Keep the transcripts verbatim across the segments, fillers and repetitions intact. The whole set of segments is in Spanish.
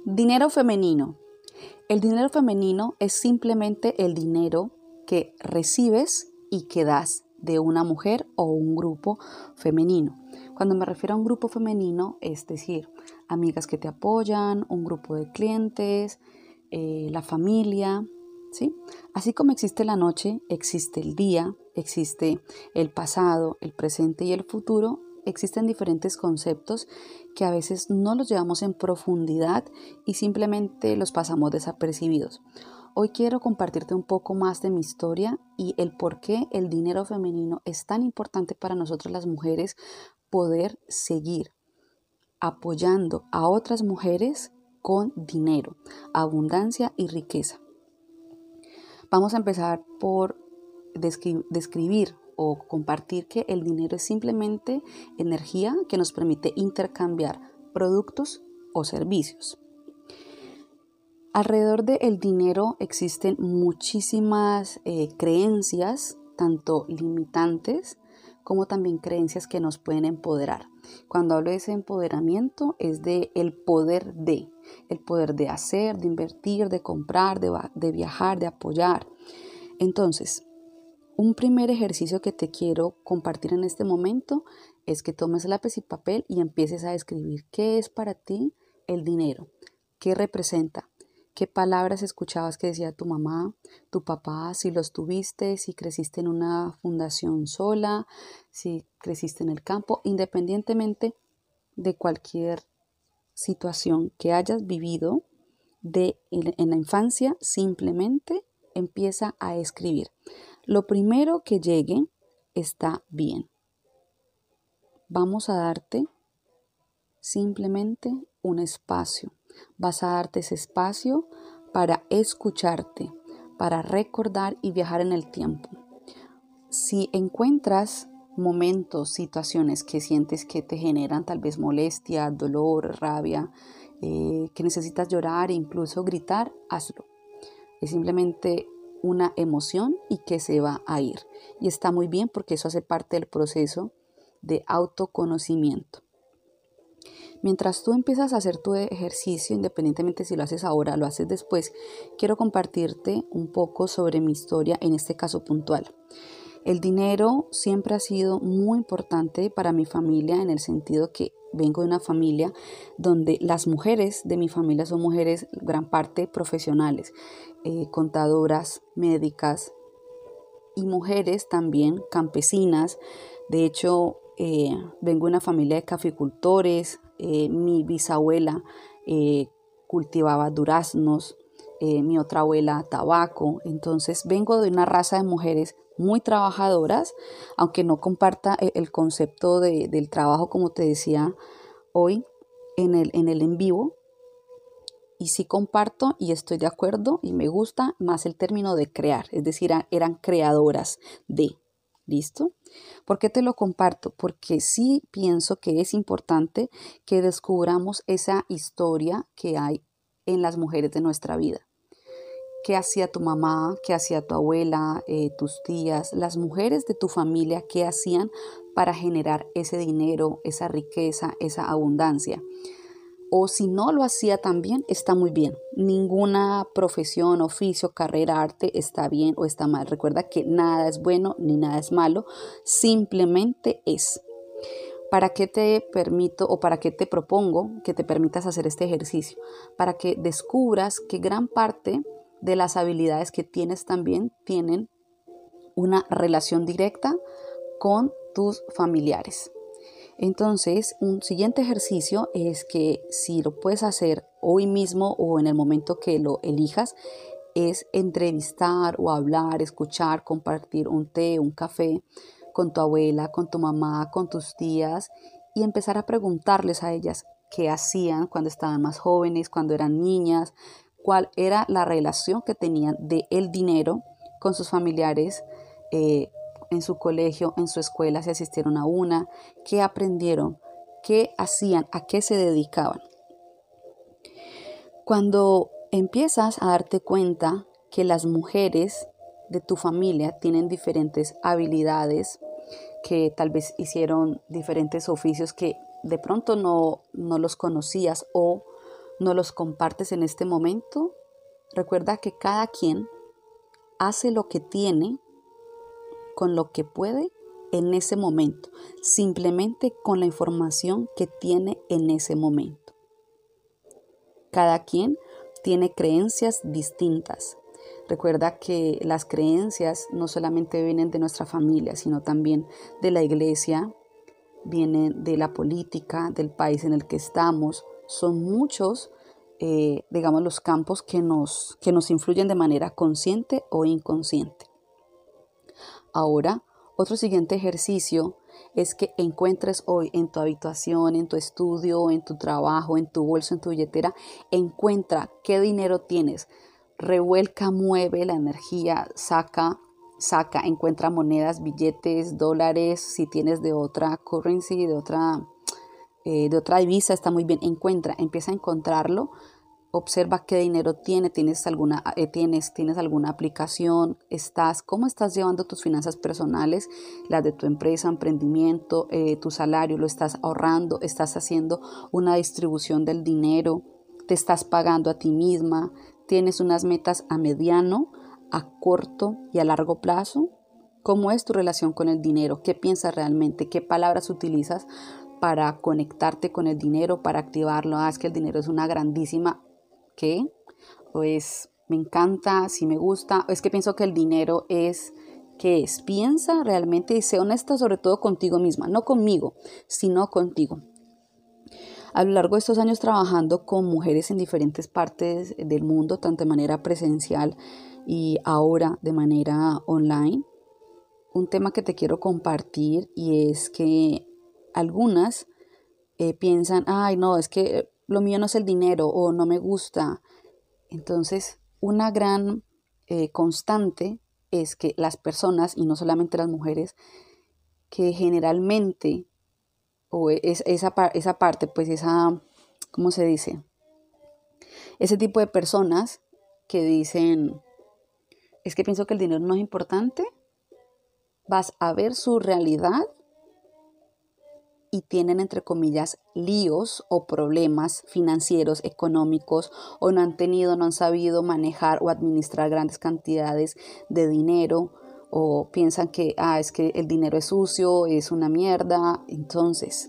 Dinero femenino. El dinero femenino es simplemente el dinero que recibes y que das de una mujer o un grupo femenino. Cuando me refiero a un grupo femenino, es decir, amigas que te apoyan, un grupo de clientes, eh, la familia, ¿sí? Así como existe la noche, existe el día, existe el pasado, el presente y el futuro. Existen diferentes conceptos que a veces no los llevamos en profundidad y simplemente los pasamos desapercibidos. Hoy quiero compartirte un poco más de mi historia y el por qué el dinero femenino es tan importante para nosotras las mujeres poder seguir apoyando a otras mujeres con dinero, abundancia y riqueza. Vamos a empezar por descri- describir o compartir que el dinero es simplemente energía que nos permite intercambiar productos o servicios. Alrededor del dinero existen muchísimas eh, creencias, tanto limitantes como también creencias que nos pueden empoderar. Cuando hablo de ese empoderamiento es de el poder de, el poder de hacer, de invertir, de comprar, de, de viajar, de apoyar. Entonces, un primer ejercicio que te quiero compartir en este momento es que tomes lápiz y papel y empieces a escribir qué es para ti el dinero, qué representa, qué palabras escuchabas que decía tu mamá, tu papá, si los tuviste, si creciste en una fundación sola, si creciste en el campo, independientemente de cualquier situación que hayas vivido de, en, en la infancia, simplemente empieza a escribir. Lo primero que llegue está bien. Vamos a darte simplemente un espacio. Vas a darte ese espacio para escucharte, para recordar y viajar en el tiempo. Si encuentras momentos, situaciones que sientes que te generan tal vez molestia, dolor, rabia, eh, que necesitas llorar e incluso gritar, hazlo. Es simplemente una emoción y que se va a ir. Y está muy bien porque eso hace parte del proceso de autoconocimiento. Mientras tú empiezas a hacer tu ejercicio, independientemente si lo haces ahora o lo haces después, quiero compartirte un poco sobre mi historia en este caso puntual. El dinero siempre ha sido muy importante para mi familia en el sentido que vengo de una familia donde las mujeres de mi familia son mujeres gran parte profesionales, eh, contadoras, médicas y mujeres también campesinas. De hecho, eh, vengo de una familia de caficultores, eh, mi bisabuela eh, cultivaba duraznos, eh, mi otra abuela tabaco. Entonces vengo de una raza de mujeres muy trabajadoras, aunque no comparta el concepto de, del trabajo como te decía hoy en el, en el en vivo. Y sí comparto y estoy de acuerdo y me gusta más el término de crear, es decir, eran creadoras de, ¿listo? ¿Por qué te lo comparto? Porque sí pienso que es importante que descubramos esa historia que hay en las mujeres de nuestra vida. ¿Qué hacía tu mamá? ¿Qué hacía tu abuela? Eh, tus tías, las mujeres de tu familia, ¿qué hacían para generar ese dinero, esa riqueza, esa abundancia? O si no lo hacía también, está muy bien. Ninguna profesión, oficio, carrera, arte está bien o está mal. Recuerda que nada es bueno ni nada es malo, simplemente es. ¿Para qué te permito o para qué te propongo que te permitas hacer este ejercicio? Para que descubras que gran parte de las habilidades que tienes también tienen una relación directa con tus familiares. Entonces, un siguiente ejercicio es que si lo puedes hacer hoy mismo o en el momento que lo elijas, es entrevistar o hablar, escuchar, compartir un té, un café con tu abuela, con tu mamá, con tus tías y empezar a preguntarles a ellas qué hacían cuando estaban más jóvenes, cuando eran niñas, cuál era la relación que tenían de el dinero con sus familiares, eh, en su colegio, en su escuela, si asistieron a una, qué aprendieron, qué hacían, a qué se dedicaban. Cuando empiezas a darte cuenta que las mujeres de tu familia tienen diferentes habilidades, que tal vez hicieron diferentes oficios que de pronto no, no los conocías o no los compartes en este momento. Recuerda que cada quien hace lo que tiene con lo que puede en ese momento, simplemente con la información que tiene en ese momento. Cada quien tiene creencias distintas. Recuerda que las creencias no solamente vienen de nuestra familia, sino también de la iglesia, vienen de la política, del país en el que estamos. Son muchos, eh, digamos, los campos que nos, que nos influyen de manera consciente o inconsciente. Ahora, otro siguiente ejercicio es que encuentres hoy en tu habitación, en tu estudio, en tu trabajo, en tu bolso, en tu billetera, encuentra qué dinero tienes. Revuelca, mueve la energía, saca, saca, encuentra monedas, billetes, dólares, si tienes de otra currency, de otra, eh, de otra divisa, está muy bien. Encuentra, empieza a encontrarlo. Observa qué dinero tiene, tienes alguna, eh, tienes, tienes alguna aplicación, estás, cómo estás llevando tus finanzas personales, las de tu empresa, emprendimiento, eh, tu salario, lo estás ahorrando, estás haciendo una distribución del dinero, te estás pagando a ti misma, tienes unas metas a mediano, a corto y a largo plazo. ¿Cómo es tu relación con el dinero? ¿Qué piensas realmente? ¿Qué palabras utilizas para conectarte con el dinero, para activarlo? Ah, es que el dinero es una grandísima... ¿Qué? Pues me encanta, sí me gusta. Es que pienso que el dinero es, ¿qué es? Piensa realmente y sé honesta sobre todo contigo misma, no conmigo, sino contigo. A lo largo de estos años trabajando con mujeres en diferentes partes del mundo, tanto de manera presencial y ahora de manera online, un tema que te quiero compartir y es que algunas eh, piensan, ay no, es que lo mío no es el dinero o no me gusta. Entonces, una gran eh, constante es que las personas, y no solamente las mujeres, que generalmente, o es, esa, esa parte, pues esa, ¿cómo se dice? Ese tipo de personas que dicen, es que pienso que el dinero no es importante, vas a ver su realidad y tienen, entre comillas, líos o problemas financieros, económicos, o no han tenido, no han sabido manejar o administrar grandes cantidades de dinero, o piensan que, ah, es que el dinero es sucio, es una mierda. Entonces,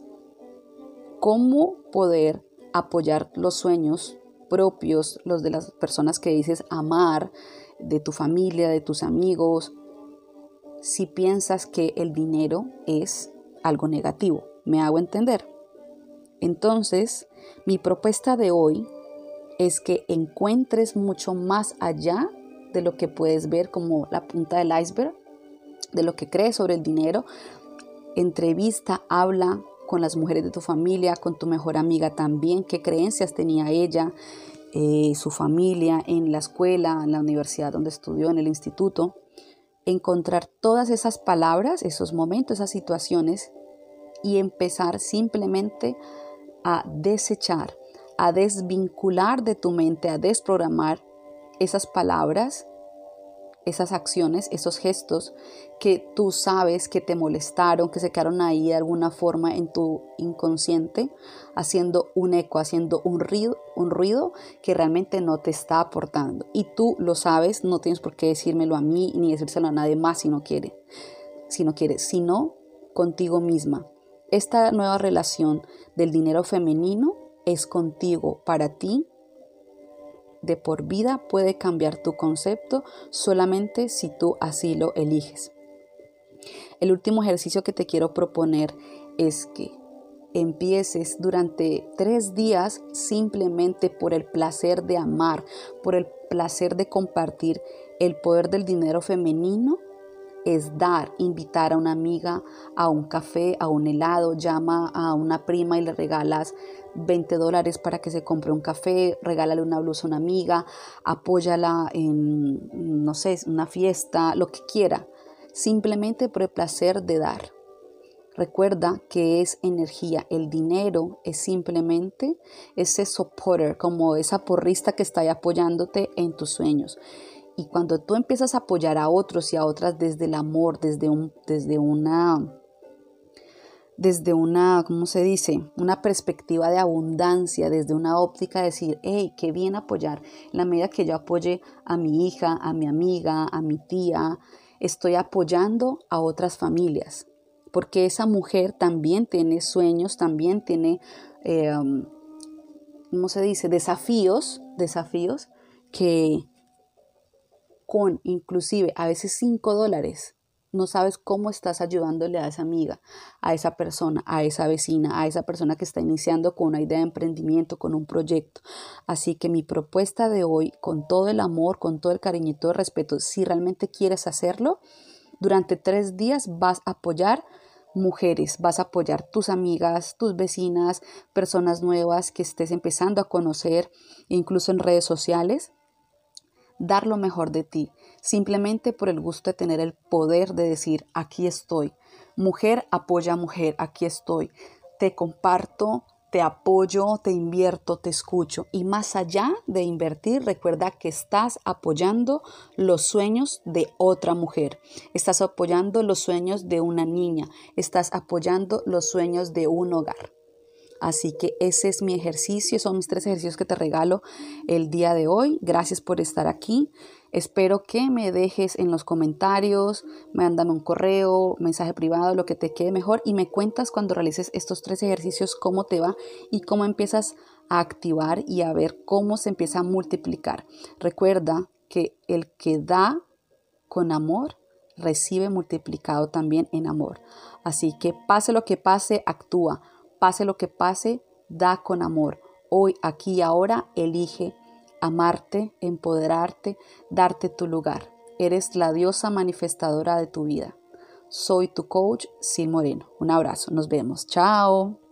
¿cómo poder apoyar los sueños propios, los de las personas que dices amar, de tu familia, de tus amigos, si piensas que el dinero es algo negativo? ¿Me hago entender? Entonces, mi propuesta de hoy es que encuentres mucho más allá de lo que puedes ver como la punta del iceberg, de lo que crees sobre el dinero. Entrevista, habla con las mujeres de tu familia, con tu mejor amiga también, qué creencias tenía ella, eh, su familia, en la escuela, en la universidad donde estudió, en el instituto. Encontrar todas esas palabras, esos momentos, esas situaciones, y empezar simplemente a desechar, a desvincular de tu mente, a desprogramar esas palabras, esas acciones, esos gestos que tú sabes que te molestaron, que se quedaron ahí de alguna forma en tu inconsciente, haciendo un eco, haciendo un ruido, un ruido que realmente no te está aportando. Y tú lo sabes, no tienes por qué decírmelo a mí ni decírselo a nadie más si no quieres, si no quieres, sino contigo misma. Esta nueva relación del dinero femenino es contigo, para ti, de por vida. Puede cambiar tu concepto solamente si tú así lo eliges. El último ejercicio que te quiero proponer es que empieces durante tres días simplemente por el placer de amar, por el placer de compartir el poder del dinero femenino. Es dar, invitar a una amiga a un café, a un helado, llama a una prima y le regalas veinte dólares para que se compre un café, regálale una blusa a una amiga, apóyala en, no sé, una fiesta, lo que quiera, simplemente por el placer de dar. Recuerda que es energía, el dinero es simplemente ese supporter, como esa porrista que está ahí apoyándote en tus sueños. Y cuando tú empiezas a apoyar a otros y a otras desde el amor, desde, un, desde una, desde una, ¿cómo se dice? Una perspectiva de abundancia, desde una óptica de decir, hey, qué bien apoyar. En la medida que yo apoye a mi hija, a mi amiga, a mi tía, estoy apoyando a otras familias, porque esa mujer también tiene sueños, también tiene, eh, ¿cómo se dice? Desafíos, desafíos que con inclusive a veces cinco dólares, no sabes cómo estás ayudándole a esa amiga, a esa persona, a esa vecina, a esa persona que está iniciando con una idea de emprendimiento, con un proyecto. Así que mi propuesta de hoy, con todo el amor, con todo el cariño y todo el respeto, si realmente quieres hacerlo, durante tres días vas a apoyar mujeres, vas a apoyar tus amigas, tus vecinas, personas nuevas que estés empezando a conocer, incluso en redes sociales. Dar lo mejor de ti, simplemente por el gusto de tener el poder de decir, aquí estoy. Mujer apoya a mujer, aquí estoy. Te comparto, te apoyo, te invierto, te escucho. Y más allá de invertir, recuerda que estás apoyando los sueños de otra mujer. Estás apoyando los sueños de una niña. Estás apoyando los sueños de un hogar. Así que ese es mi ejercicio, son mis tres ejercicios que te regalo el día de hoy. Gracias por estar aquí. Espero que me dejes en los comentarios, mándame un correo, mensaje privado, lo que te quede mejor y me cuentas cuando realices estos tres ejercicios cómo te va y cómo empiezas a activar y a ver cómo se empieza a multiplicar. Recuerda que el que da con amor recibe multiplicado también en amor. Así que pase lo que pase, actúa. Pase lo que pase, da con amor. Hoy, aquí y ahora, elige amarte, empoderarte, darte tu lugar. Eres la diosa manifestadora de tu vida. Soy tu coach, Sil Moreno. Un abrazo, nos vemos. Chao.